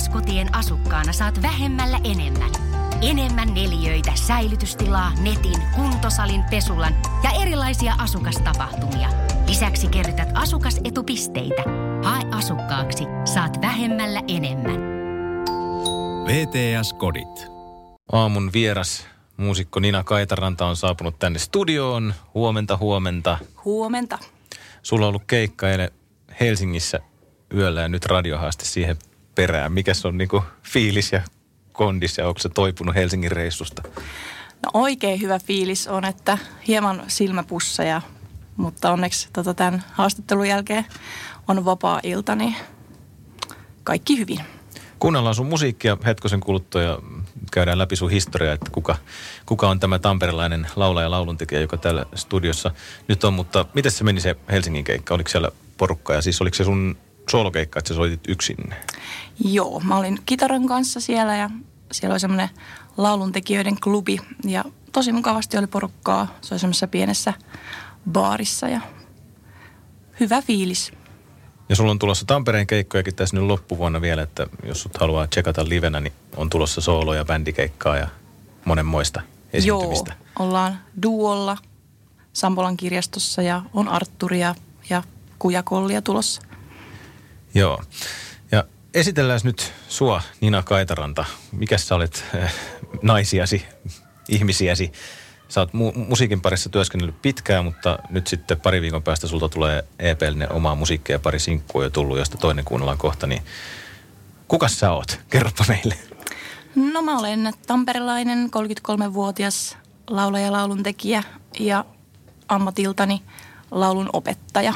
VTS-kotien asukkaana saat vähemmällä enemmän. Enemmän neliöitä, säilytystilaa, netin, kuntosalin, pesulan ja erilaisia asukastapahtumia. Lisäksi kerrytät asukasetupisteitä. Hae asukkaaksi, saat vähemmällä enemmän. VTS-kodit. Aamun vieras muusikko Nina Kaitaranta on saapunut tänne studioon. Huomenta, huomenta. Huomenta. Sulla on ollut keikka eilen Helsingissä yöllä ja nyt radiohaaste siihen perään. Mikäs on niinku fiilis ja kondis ja onko se toipunut Helsingin reissusta? No oikein hyvä fiilis on, että hieman silmäpusseja, mutta onneksi tämän haastattelun jälkeen on vapaa ilta, niin kaikki hyvin. Kuunnellaan sun musiikkia hetkosen kuluttua ja käydään läpi sun historiaa, että kuka on tämä tamperelainen laulaja ja lauluntekijä, joka täällä studiossa nyt on. Mutta miten se meni se Helsingin keikka? Oliko siellä porukkaa ja siis oliko se sun soolokeikka, että sä soitit yksin? Joo, mä olin kitaran kanssa siellä ja siellä oli semmoinen lauluntekijöiden klubi ja tosi mukavasti oli porukkaa. Se oli semmoisessa pienessä baarissa ja hyvä fiilis. Ja sulla on tulossa Tampereen keikkojakin tässä nyt loppuvuonna vielä, että jos sut haluaa tsekata livenä, niin on tulossa soolo- ja bändikeikkaa ja monenmoista esiintymistä. Joo, ollaan duolla Sampolan kirjastossa ja on Artturia ja Kujakollia tulossa. Joo. Ja esitellään nyt sua, Nina Kaitaranta. Mikäs sä olet naisiasi, ihmisiäsi? Sä oot musiikin parissa työskennellyt pitkään, mutta nyt sitten pari viikon päästä sulta tulee EP:llinen omaa musiikkia ja pari sinkkua jo tullut, josta toinen kuunnellaan kohta. Niin kukas sä oot? Kerropa meille. No mä olen tamperelainen, 33-vuotias laulaja ja lauluntekijä ja ammatiltani laulun opettaja.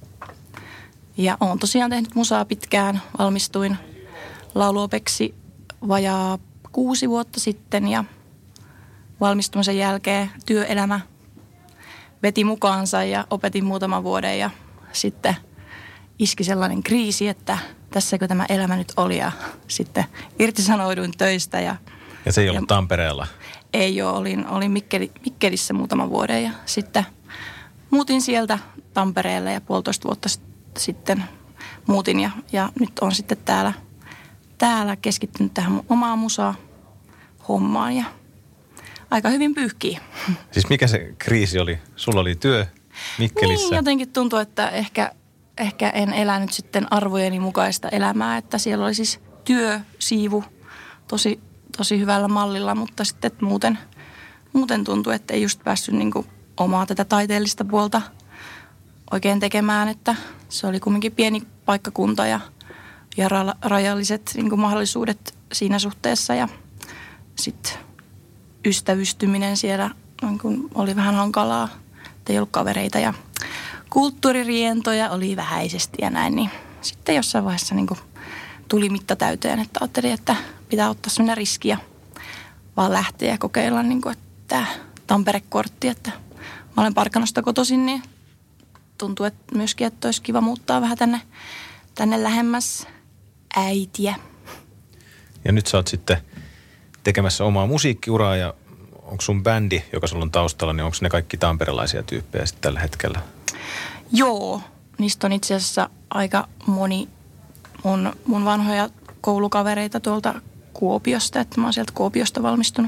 Ja oon tosiaan tehnyt musaa pitkään. Valmistuin lauluopeksi vajaa 6 vuotta sitten ja valmistumisen jälkeen työelämä veti mukaansa ja opetin muutaman vuoden ja sitten iski sellainen kriisi, että tässäkö tämä elämä nyt oli ja sitten irtisanouduin töistä. Ja se ei ollut Tampereella? Ei ole, olin Mikkelissä muutaman vuoden ja sitten muutin sieltä Tampereelle ja 1,5 vuotta sitten muutin ja nyt on sitten täällä keskittynyt tähän omaan musa-hommaan ja aika hyvin pyyhkii. Siis mikä se kriisi oli? Sulla oli työ Mikkelissä? Niin, jotenkin tuntuu, että ehkä en elänyt sitten arvojeni mukaista elämää, että siellä oli siis työsiivu tosi hyvällä mallilla, mutta sitten muuten tuntui, että ei just päässyt niinku omaa tätä taiteellista puolta oikein tekemään, että se oli kumminkin pieni paikkakunta ja rajalliset niinku mahdollisuudet siinä suhteessa ja sitten ystävystyminen siellä niin oli vähän hankalaa, että ei ollut kavereita ja kulttuuririentoja oli vähäisesti ja näin, niin sitten jossain vaiheessa niin tuli mitta täyteen, että ajattelin, että pitää ottaa sellainen riski ja vaan lähteä ja kokeilla niin kuin, että Tampere-kortti, että mä olen Parkanosta kotoisin, niin tuntuu että myöskin, että olisi kiva muuttaa vähän tänne lähemmäs äitiä. Ja nyt sä oot sitten tekemässä omaa musiikkiuraa ja onko sun bändi, joka sulla on taustalla, niin onko ne kaikki tamperelaisia tyyppejä sitten tällä hetkellä? Joo, niistä on itse asiassa aika moni mun vanhoja koulukavereita tuolta Kuopiosta, että mä oon sieltä Kuopiosta valmistunut.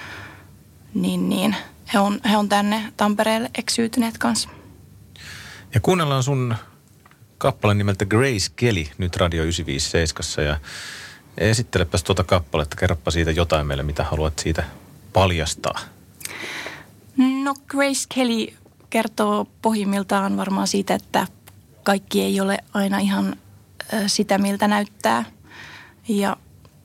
Niin, he on tänne Tampereelle eksyytyneet kanssa. Ja kuunnellaan sun kappale nimeltä Grace Kelly nyt Radio 957 ja esittelepäs tuota kappaletta, kerropa siitä jotain meille, mitä haluat siitä paljastaa. No Grace Kelly kertoo pohjimmiltaan varmaan siitä, että kaikki ei ole aina ihan sitä, miltä näyttää. Ja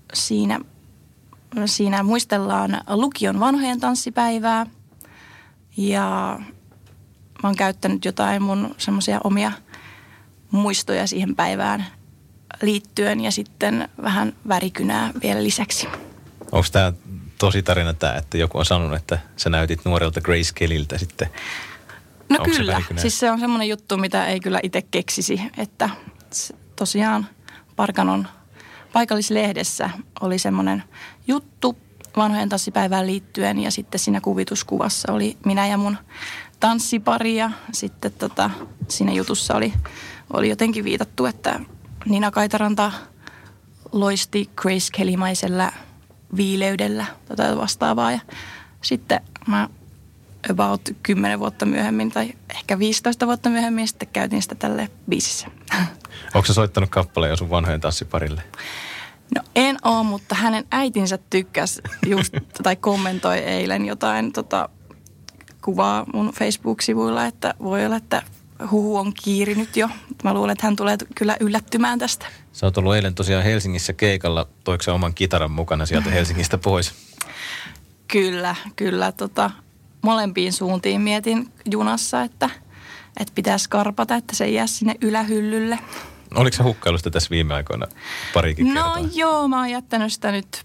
siinä muistellaan lukion vanhojen tanssipäivää ja mä oon käyttänyt jotain mun semmoisia omia muistoja siihen päivään liittyen ja sitten vähän värikynää vielä lisäksi. Onko tämä tosi tarina tämä, että joku on sanonut, että sä näytit nuorelta Grace Kellyltä sitten? No onko kyllä, siis se on semmoinen juttu, mitä ei kyllä itse keksisi, että tosiaan Parkanon paikallislehdessä oli semmoinen juttu vanhojen tanssipäivään liittyen ja sitten siinä kuvituskuvassa oli minä ja mun tanssipari ja sitten siinä jutussa oli jotenkin viitattu, että Nina Kaitaranta loisti Grace Kelly-maisella viileydellä tai vastaavaa. Ja sitten mä about 10 vuotta myöhemmin tai ehkä 15 vuotta myöhemmin sitten käytin sitä tälle biisissä. Onko sä soittanut kappaleen jo sun vanhojen tanssiparille? No en oo, mutta hänen äitinsä tykkäsi just tai kommentoi eilen jotain kuvaa mun Facebook-sivuilla, että voi olla, että huhu on kiirinyt jo. Mä luulen, että hän tulee kyllä yllättymään tästä. Sä oot ollut eilen tosiaan Helsingissä keikalla. Toiko sä oman kitaran mukana sieltä Helsingistä pois? Kyllä. Molempiin suuntiin mietin junassa, että pitäisi karpata, että se ei jää sinne ylähyllylle. Oliko sä hukkailusta tässä viime aikoina parikin kertaa? No joo, mä oon jättänyt sitä nyt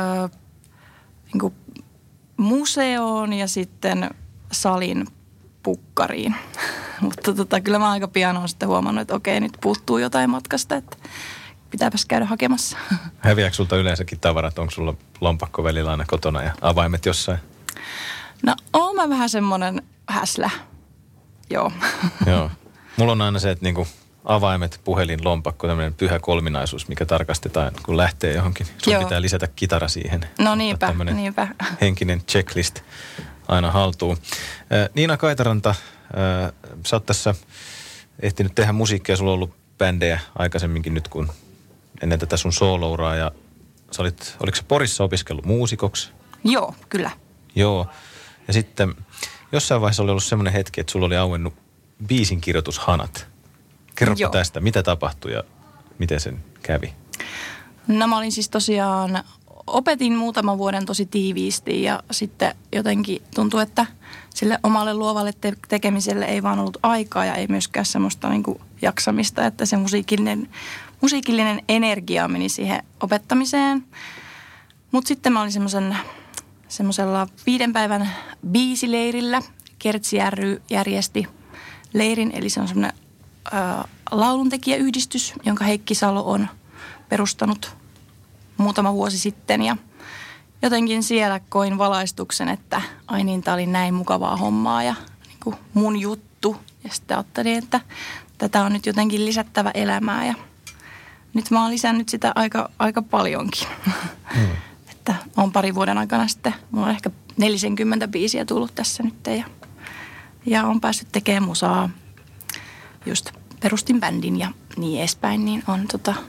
niin museoon ja sitten salin pukkariin. Mutta kyllä mä aika pian oon sitten huomannut, että okei, nyt puuttuu jotain matkasta, että pitääpäs käydä hakemassa. Häviääkö sulta yleensäkin tavarat? Onko sulla lompakko välillä aina kotona ja avaimet jossain? No oon mä vähän semmonen häslä, joo. Joo. Mulla on aina se, että niinku avaimet, puhelin, lompakko, tämmöinen pyhä kolminaisuus, mikä tarkastetaan, kun lähtee johonkin. Sun pitää lisätä kitara siihen. No niinpä. Henkinen checklist aina haltuun. Niina Kaitaranta, sä oot tässä ehtinyt tehdä musiikkia, sulla on ollut bändejä aikaisemminkin nyt, kun ennen tätä sun soolouraa. Ja sä oliko sä Porissa opiskellut muusikoksi? Joo, kyllä. Joo. Ja sitten jossain vaiheessa oli ollut semmoinen hetki, että sulla oli auennut biisin kirjoitushanat. Kerropa tästä, mitä tapahtui ja miten sen kävi? No mä olin siis tosiaan, opetin muutaman vuoden tosi tiiviisti ja sitten jotenkin tuntui, että sille omalle luovalle tekemiselle ei vaan ollut aikaa ja ei myöskään semmoista niinku jaksamista, että se musiikillinen energia meni siihen opettamiseen. Mutta sitten mä olin semmoisella 5 päivän biisileirillä. Kertsi ry järjesti leirin, eli se on semmoinen lauluntekijäyhdistys, jonka Heikki Salo on perustanut muutama vuosi sitten. Ja jotenkin siellä koin valaistuksen, että ai niin, tää oli näin mukavaa hommaa ja niin kuin mun juttu. Ja sitten ajattelin, että tätä on nyt jotenkin lisättävä elämää ja nyt mä oon lisännyt sitä aika paljonkin. Että on parin vuoden aikana sitten, mulla on ehkä 40 biisiä tullut tässä nyt ja on päässyt tekemään musaa. Just perustin bändin ja niin edespäin, niin on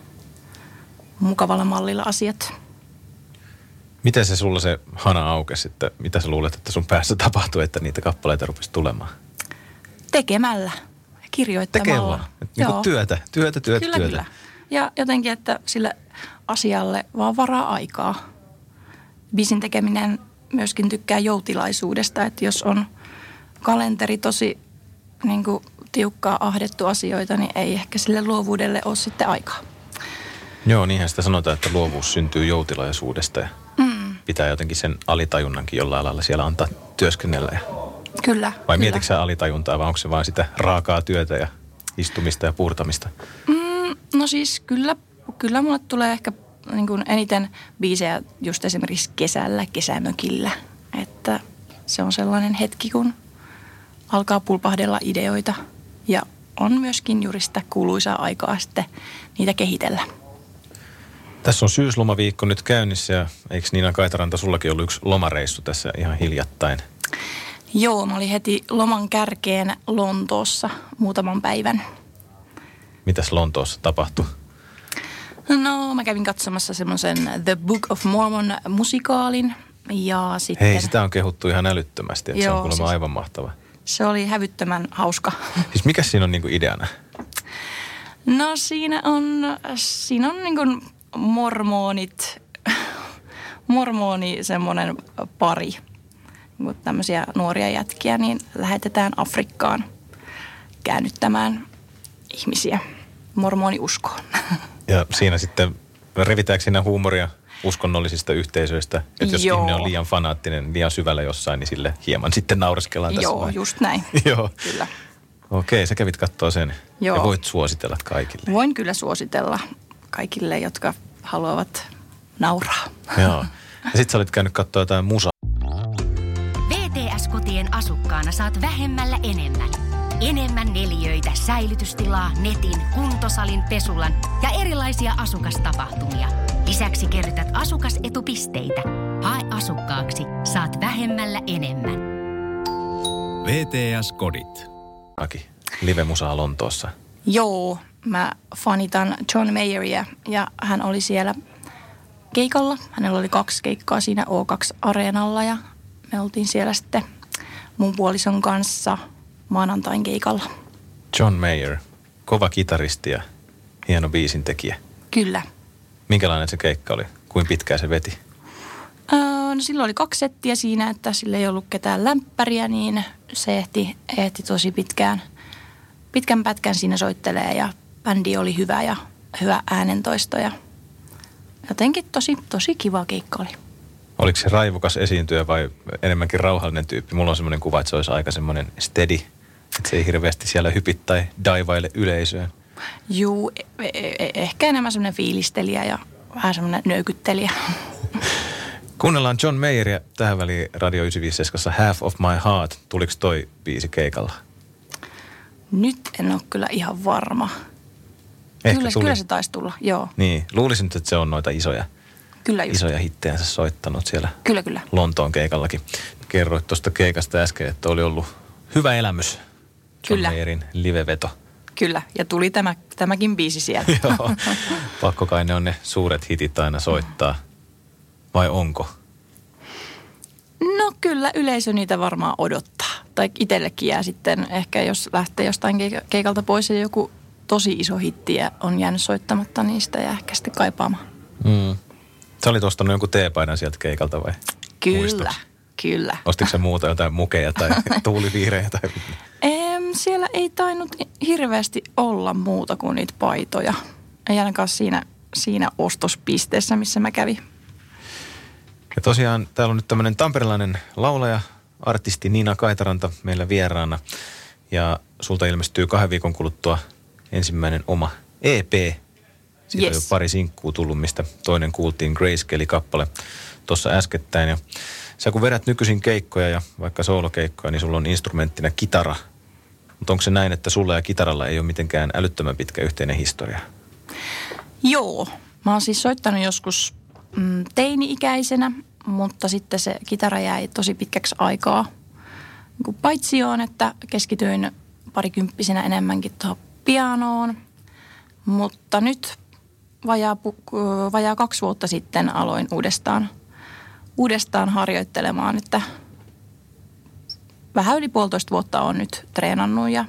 mukavalla mallilla asiat. Miten se sulla se hana aukesi, että mitä sä luulet, että sun päässä tapahtui, että niitä kappaleita rupesi tulemaan? Tekemällä, kirjoittamalla. Niin kuin työtä. Kyllä. Ja jotenkin, että sille asialle vaan varaa aikaa. Biisin tekeminen myöskin tykkää joutilaisuudesta, että jos on kalenteri tosi niin kuin tiukkaa ahdettu asioita, niin ei ehkä sille luovuudelle ole sitten aikaa. Joo, niinhän sitä sanotaan, että luovuus syntyy joutilaisuudesta ja pitää jotenkin sen alitajunnankin jollain lailla siellä antaa työskennellä. Kyllä. Vai mietitkö sä alitajuntaa vai onko se vain sitä raakaa työtä ja istumista ja puurtamista? No siis kyllä mulle tulee ehkä niin kuin eniten biisejä just esimerkiksi kesällä, kesämökillä. Että se on sellainen hetki, kun alkaa pulpahdella ideoita ja on myöskin juuri sitä kuuluisaa aikaa sitten niitä kehitellä. Tässä on syyslomaviikko nyt käynnissä ja eikö Niina Kaitaranta sullakin ollut yksi lomareissu tässä ihan hiljattain? Joo, mä olin heti loman kärkeen Lontoossa muutaman päivän. Mitäs Lontoossa tapahtui? No, mä kävin katsomassa semmoisen The Book of Mormon musikaalin ja sitten... Hei, sitä on kehuttu ihan älyttömästi, että se on kuulemma aivan mahtava. Se oli hävyttömän hauska. Siis mikä siinä on niinku ideana? No siinä on niinku mormoni semmoinen pari, niin tämmöisiä nuoria jätkiä, niin lähetetään Afrikkaan käännyttämään ihmisiä mormoniuskoon. Ja siinä sitten, revitäänkö siinä huumoria uskonnollisista yhteisöistä? Että jos ihminen on liian fanaattinen, liian syvällä jossain, niin sille hieman sitten naureskellaan tässä. Joo, just näin. Joo. Kyllä. Okei, sä kävit kattoo sen. Joo. Ja voit suositella kaikille. Voin kyllä suositella kaikille, jotka haluavat nauraa. Joo. Ja sit sä olit käynyt kattoo jotain musaa. VTS-kotien asukkaana saat vähemmällä enemmän. Enemmän neliöitä, säilytystilaa, netin, kuntosalin, pesulan ja erilaisia asukastapahtumia. Lisäksi kerrytät asukasetupisteitä. Hae asukkaaksi, saat vähemmällä enemmän. VTS-kodit. Aki, live-musaa Lontoossa. Joo, mä fanitan John Mayeria ja hän oli siellä keikalla. Hänellä oli 2 keikkaa siinä O2-areenalla ja me oltiin siellä sitten mun puolison kanssa maanantain keikalla. John Mayer, kova kitaristi ja hieno biisintekijä. Kyllä. Minkälainen se keikka oli? Kuin pitkään se veti? No silloin oli 2 settiä siinä, että sillä ei ollut ketään lämpäriä, niin se ehti tosi pitkän pätkän siinä soittelee ja bändi oli hyvä ja hyvä äänentoisto ja jotenkin tosi kiva keikka oli. Oliko se raivokas esiintyjä vai enemmänkin rauhallinen tyyppi? Mulla on semmoinen kuva, että se olisi aika semmoinen steady, että se ei hirveästi siellä hypit tai daivaile yleisöön. Juu, ehkä enemmän semmoinen fiilistelijä ja vähän semmoinen nöykyttelijä. Kuunnellaan John Mayeria tähän väliin Radio 957 Half of My Heart. Tuliko toi biisi keikalla? Nyt en ole kyllä ihan varma. Kyllä se taisi tulla, joo. Niin, luulisin nyt, että se on noita isoja hittejänsä soittanut siellä Kyllä. Lontoon keikallakin. Kerroit tuosta keikasta äsken, että oli ollut hyvä elämys. John Mayerin liveveto. Kyllä, ja tuli tämäkin biisi sieltä. Joo, pakko kai ne on ne suuret hitit aina soittaa. Vai onko? No kyllä, yleisö niitä varmaan odottaa. Tai itsellekin jää sitten ehkä, jos lähtee jostain keikalta pois ja joku tosi iso hitti ja on jäänyt soittamatta, niin sitä jää ehkä sitten kaipaamaan. Sä olit ostanut jonkun teepaidan sieltä keikalta vai? Kyllä. Ostitko sä muuta jotain mukeja tai tuuliviirejä tai? Siellä ei tainnut hirveästi olla muuta kuin niitä paitoja. Ei ainakaan siinä ostospisteessä, missä mä kävin. Ja tosiaan täällä on nyt tämmöinen tamperelainen laulaja, artisti Nina Kaitaranta meillä vieraana. Ja sulta ilmestyy 2 viikon kuluttua ensimmäinen oma EP. Siitä on jo pari sinkkuu tullut, mistä toinen kuultiin Grayscale-kappale tuossa äskettäin. Ja sä kun vedät nykyisin keikkoja ja vaikka soolokeikkoja, niin sulla on instrumenttina kitara. Mutta onko se näin, että sulla ja kitaralla ei ole mitenkään älyttömän pitkä yhteinen historia? Joo. Mä oon siis soittanut joskus teini-ikäisenä, mutta sitten se kitara jäi tosi pitkäksi aikaa paitsioon, että keskityin parikymppisenä enemmänkin tuohon pianoon. Mutta nyt vajaa 2 vuotta sitten aloin uudestaan harjoittelemaan, että vähän yli 1,5 vuotta olen nyt treenannut ja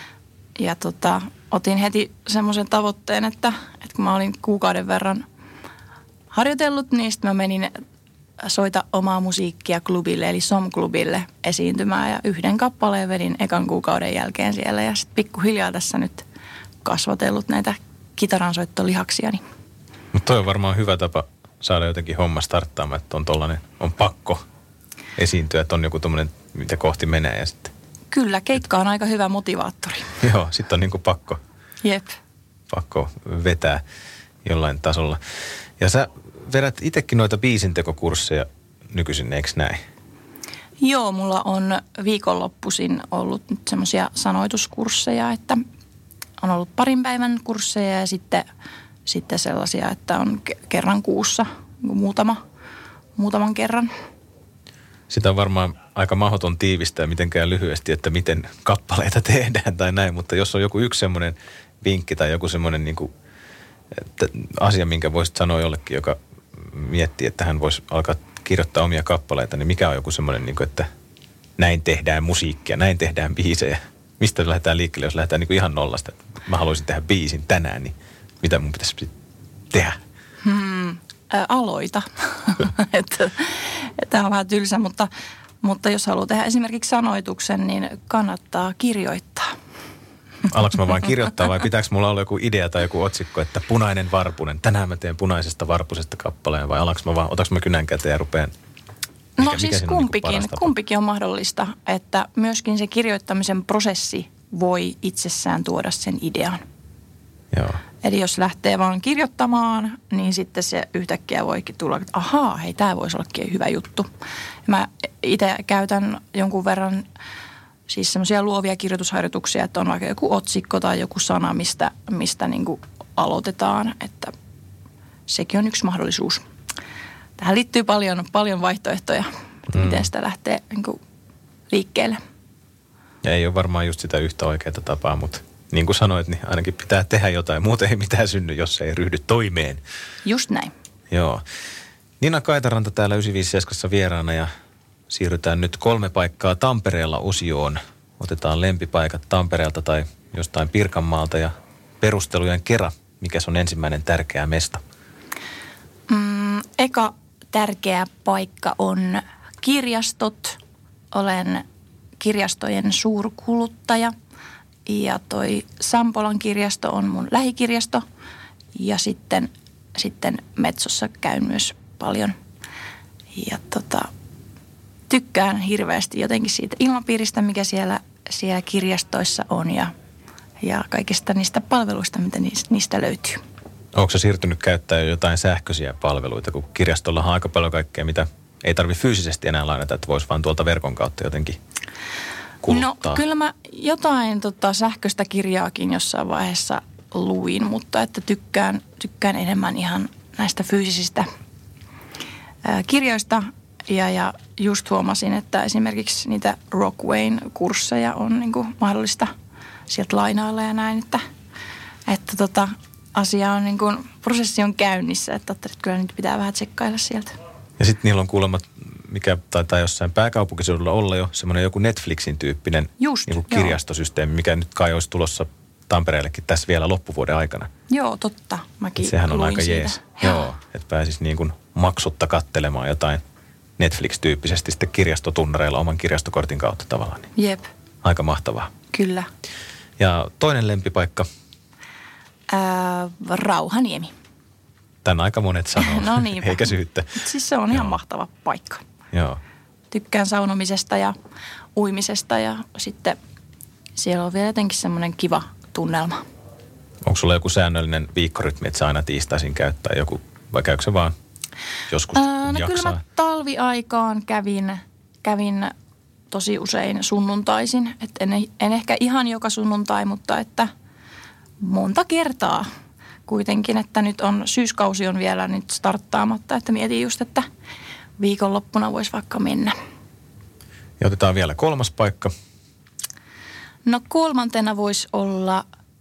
otin heti semmoisen tavoitteen, että kun mä olin kuukauden verran harjoitellut, niin sitten mä menin soita omaa musiikkia klubille, eli SOM-klubille esiintymään ja 1 kappaleen vedin ekan kuukauden jälkeen siellä ja sitten pikkuhiljaa tässä nyt kasvatellut näitä kitaransoittolihaksiani. Mutta toi on varmaan hyvä tapa saada jotenkin homma starttaamaan, että on pakko esiintyä, että on joku tommoinen, mitä kohti menee ja sitten. Kyllä, keikka on aika hyvä motivaattori. Joo, sitten on niinku pakko. Jep. Pakko vetää jollain tasolla. Ja sä vedät itsekin noita biisintekokursseja nykyisin, eikö näin? Joo, mulla on viikonloppuisin ollut nyt semmoisia sanoituskursseja, että on ollut 2 päivän kursseja ja sitten sellaisia, että on kerran kuussa muutaman kerran. Sitä on varmaan aika mahdoton tiivistää mitenkään lyhyesti, että miten kappaleita tehdään tai näin, mutta jos on joku yksi semmoinen vinkki tai joku semmoinen niinku, asia, minkä voisit sanoa jollekin, joka miettii, että hän voisi alkaa kirjoittaa omia kappaleita, niin mikä on joku semmoinen, niinku, että näin tehdään musiikkia, näin tehdään biisejä. Mistä lähdetään liikkeelle, jos lähdetään niinku ihan nollasta, että mä haluaisin tehdä biisin tänään, niin mitä mun pitäisi tehdä? Aloita. Tämä on vähän tylsä, mutta jos haluaa tehdä esimerkiksi sanoituksen, niin kannattaa kirjoittaa. Alanko mä vaan kirjoittaa vai pitääkö mulla olla joku idea tai joku otsikko, että punainen varpunen, tänään mä teen punaisesta varpusesta kappaleen vai otaks mä kynän käteen ja rupean? Siis kumpikin on mahdollista, että myöskin se kirjoittamisen prosessi voi itsessään tuoda sen idean. Joo. Eli jos lähtee vaan kirjoittamaan, niin sitten se yhtäkkiä voikin tulla, että ahaa, hei, tämä voisi ollakin hyvä juttu. Mä itse käytän jonkun verran siis semmoisia luovia kirjoitusharjoituksia, että on vaikka joku otsikko tai joku sana, mistä niin kuin aloitetaan, että sekin on yksi mahdollisuus. Tähän liittyy paljon vaihtoehtoja, että miten sitä lähtee niin kuin liikkeelle. Ja ei ole varmaan just sitä yhtä oikeaa tapaa, mutta niin kuin sanoit, niin ainakin pitää tehdä jotain. Muuten ei mitään synny, jos ei ryhdy toimeen. Just näin. Joo. Nina Kaitaranta täällä 957 vieraana ja siirrytään nyt 3 paikkaa Tampereella osioon. Otetaan lempipaikat Tampereelta tai jostain Pirkanmaalta ja perustelujen kera. Mikäs on ensimmäinen tärkeä mesta? Eka tärkeä paikka on kirjastot. Olen kirjastojen suurkuluttaja ja toi Sampolan kirjasto on mun lähikirjasto ja sitten Metsossa käyn myös paljon. Ja tykkään hirveästi jotenkin siitä ilmapiiristä, mikä siellä kirjastoissa on ja kaikista niistä palveluista, mitä niistä löytyy. Onko se siirtynyt käyttämään jotain sähköisiä palveluita, kun kirjastolla on aika paljon kaikkea, mitä ei tarvitse fyysisesti enää lainata, että voisi vaan tuolta verkon kautta jotenkin kuluttaa? No kyllä mä jotain sähköistä kirjaakin jossain vaiheessa luin, mutta että tykkään enemmän ihan näistä fyysisistä kirjoista. Ja just huomasin, että esimerkiksi niitä Rockwayn-kursseja on niin kuin mahdollista sieltä lainailla ja näin, että asia on niin kuin, prosessi on käynnissä, että kyllä nyt pitää vähän tsekkailla sieltä. Ja sitten niillä on kuulemma, mikä taitaa jossain pääkaupunkiseudulla olla jo semmoinen joku Netflixin tyyppinen niin kirjastosysteemi, mikä nyt kai olisi tulossa Tampereellekin tässä vielä loppuvuoden aikana. Joo, totta. Mäkin sehän on aika siitä. jees. Joo, että pääsisi niin kuin maksutta katselemaan jotain Netflix-tyyppisesti sitten kirjastotunnareilla oman kirjastokortin kautta tavallaan. Jep. Aika mahtavaa. Kyllä. Ja toinen lempipaikka? Rauhaniemi. Tän aika monet sanoo. No niinpä. Eikä syyttä. Siis se on ihan mahtava paikka. Joo. Tykkään saunomisesta ja uimisesta ja sitten siellä on vielä jotenkin semmoinen kiva tunnelma. Onko sulla joku säännöllinen viikkorytmi, että sä aina tiistaisin käyttää joku, vai käykö se vaan joskus jaksaa? Kyllä mä talviaikaan kävin tosi usein sunnuntaisin. Et en ehkä ihan joka sunnuntai, mutta että monta kertaa kuitenkin, että nyt syyskausi on vielä nyt starttaamatta, että mietin just, että viikonloppuna voisi vaikka mennä. Ja otetaan vielä 3. paikka. No 3. voisi olla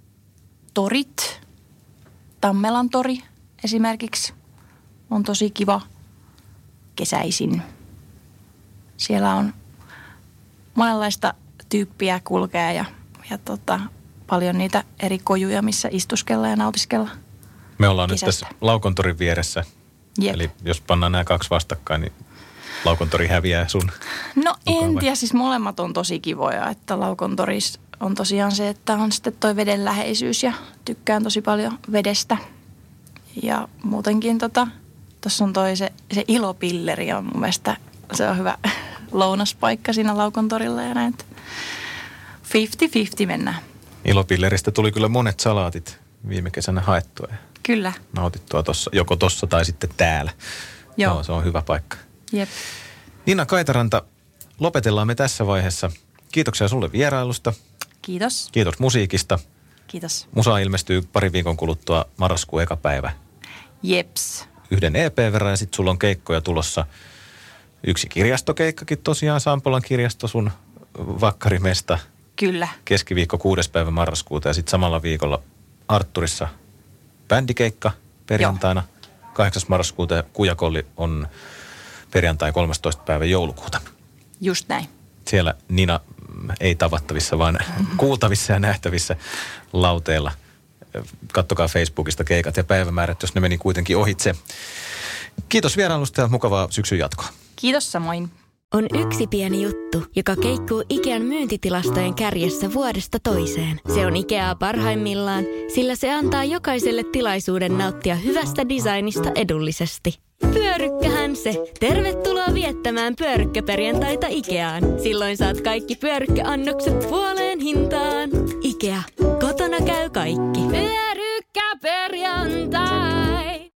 torit. Tammelan tori esimerkiksi on tosi kiva kesäisin. Siellä on monenlaista tyyppiä kulkea ja paljon niitä eri kojuja, missä istuskella ja nautiskella. Me ollaan kesästä. Nyt tässä Laukontorin vieressä. Jep. Eli jos pannaan nämä 2 vastakkain, niin Laukontori häviää sun. No en tiedä, siis molemmat on tosi kivoja, että Laukontorissa on tosiaan se, että on sitten toi veden läheisyys ja tykkään tosi paljon vedestä. Ja muutenkin tuossa on se Ilopilleri on mun mielestä, se on hyvä lounaspaikka siinä Laukontorilla ja näin. 50-50 mennään. Ilopilleristä tuli kyllä monet salaatit viime kesänä haettua ja Kyllä. nautittua tossa, joko tossa tai sitten täällä. Joo. No, se on hyvä paikka. Jep. Nina Kaitaranta, lopetellaan me tässä vaiheessa. Kiitoksia sulle vierailusta. Kiitos. Kiitos musiikista. Kiitos. Musa ilmestyy 2 viikon kuluttua marraskuun eka päivä. Jeps. 1 EP verran ja sitten sulla on keikkoja tulossa. 1 kirjastokeikkakin tosiaan, Sampolan kirjasto, sun vakkarimesta. Kyllä. Keskiviikko 6. päivä marraskuuta ja sitten samalla viikolla Artturissa bändikeikka perjantaina. 8. marraskuuta ja Kujakolli on perjantai 13. päivä joulukuuta. Just näin. Siellä Nina ei tavattavissa, vaan kuultavissa ja nähtävissä lauteella. Kattokaa Facebookista keikat ja päivämäärät, jos ne meni kuitenkin ohitse. Kiitos vierailusta ja mukavaa syksyn jatkoa. Kiitos samoin. On yksi pieni juttu, joka keikkuu Ikean myyntitilastojen kärjessä vuodesta toiseen. Se on Ikeaa parhaimmillaan, sillä se antaa jokaiselle tilaisuuden nauttia hyvästä designista edullisesti. Pyörykkähän se! Tervetuloa viettämään pyörykkäperjantaita Ikeaan. Silloin saat kaikki pyörykkäannokset puoleen hintaan. Ikea. Kotona käy kaikki. Pyörykkäperjantai!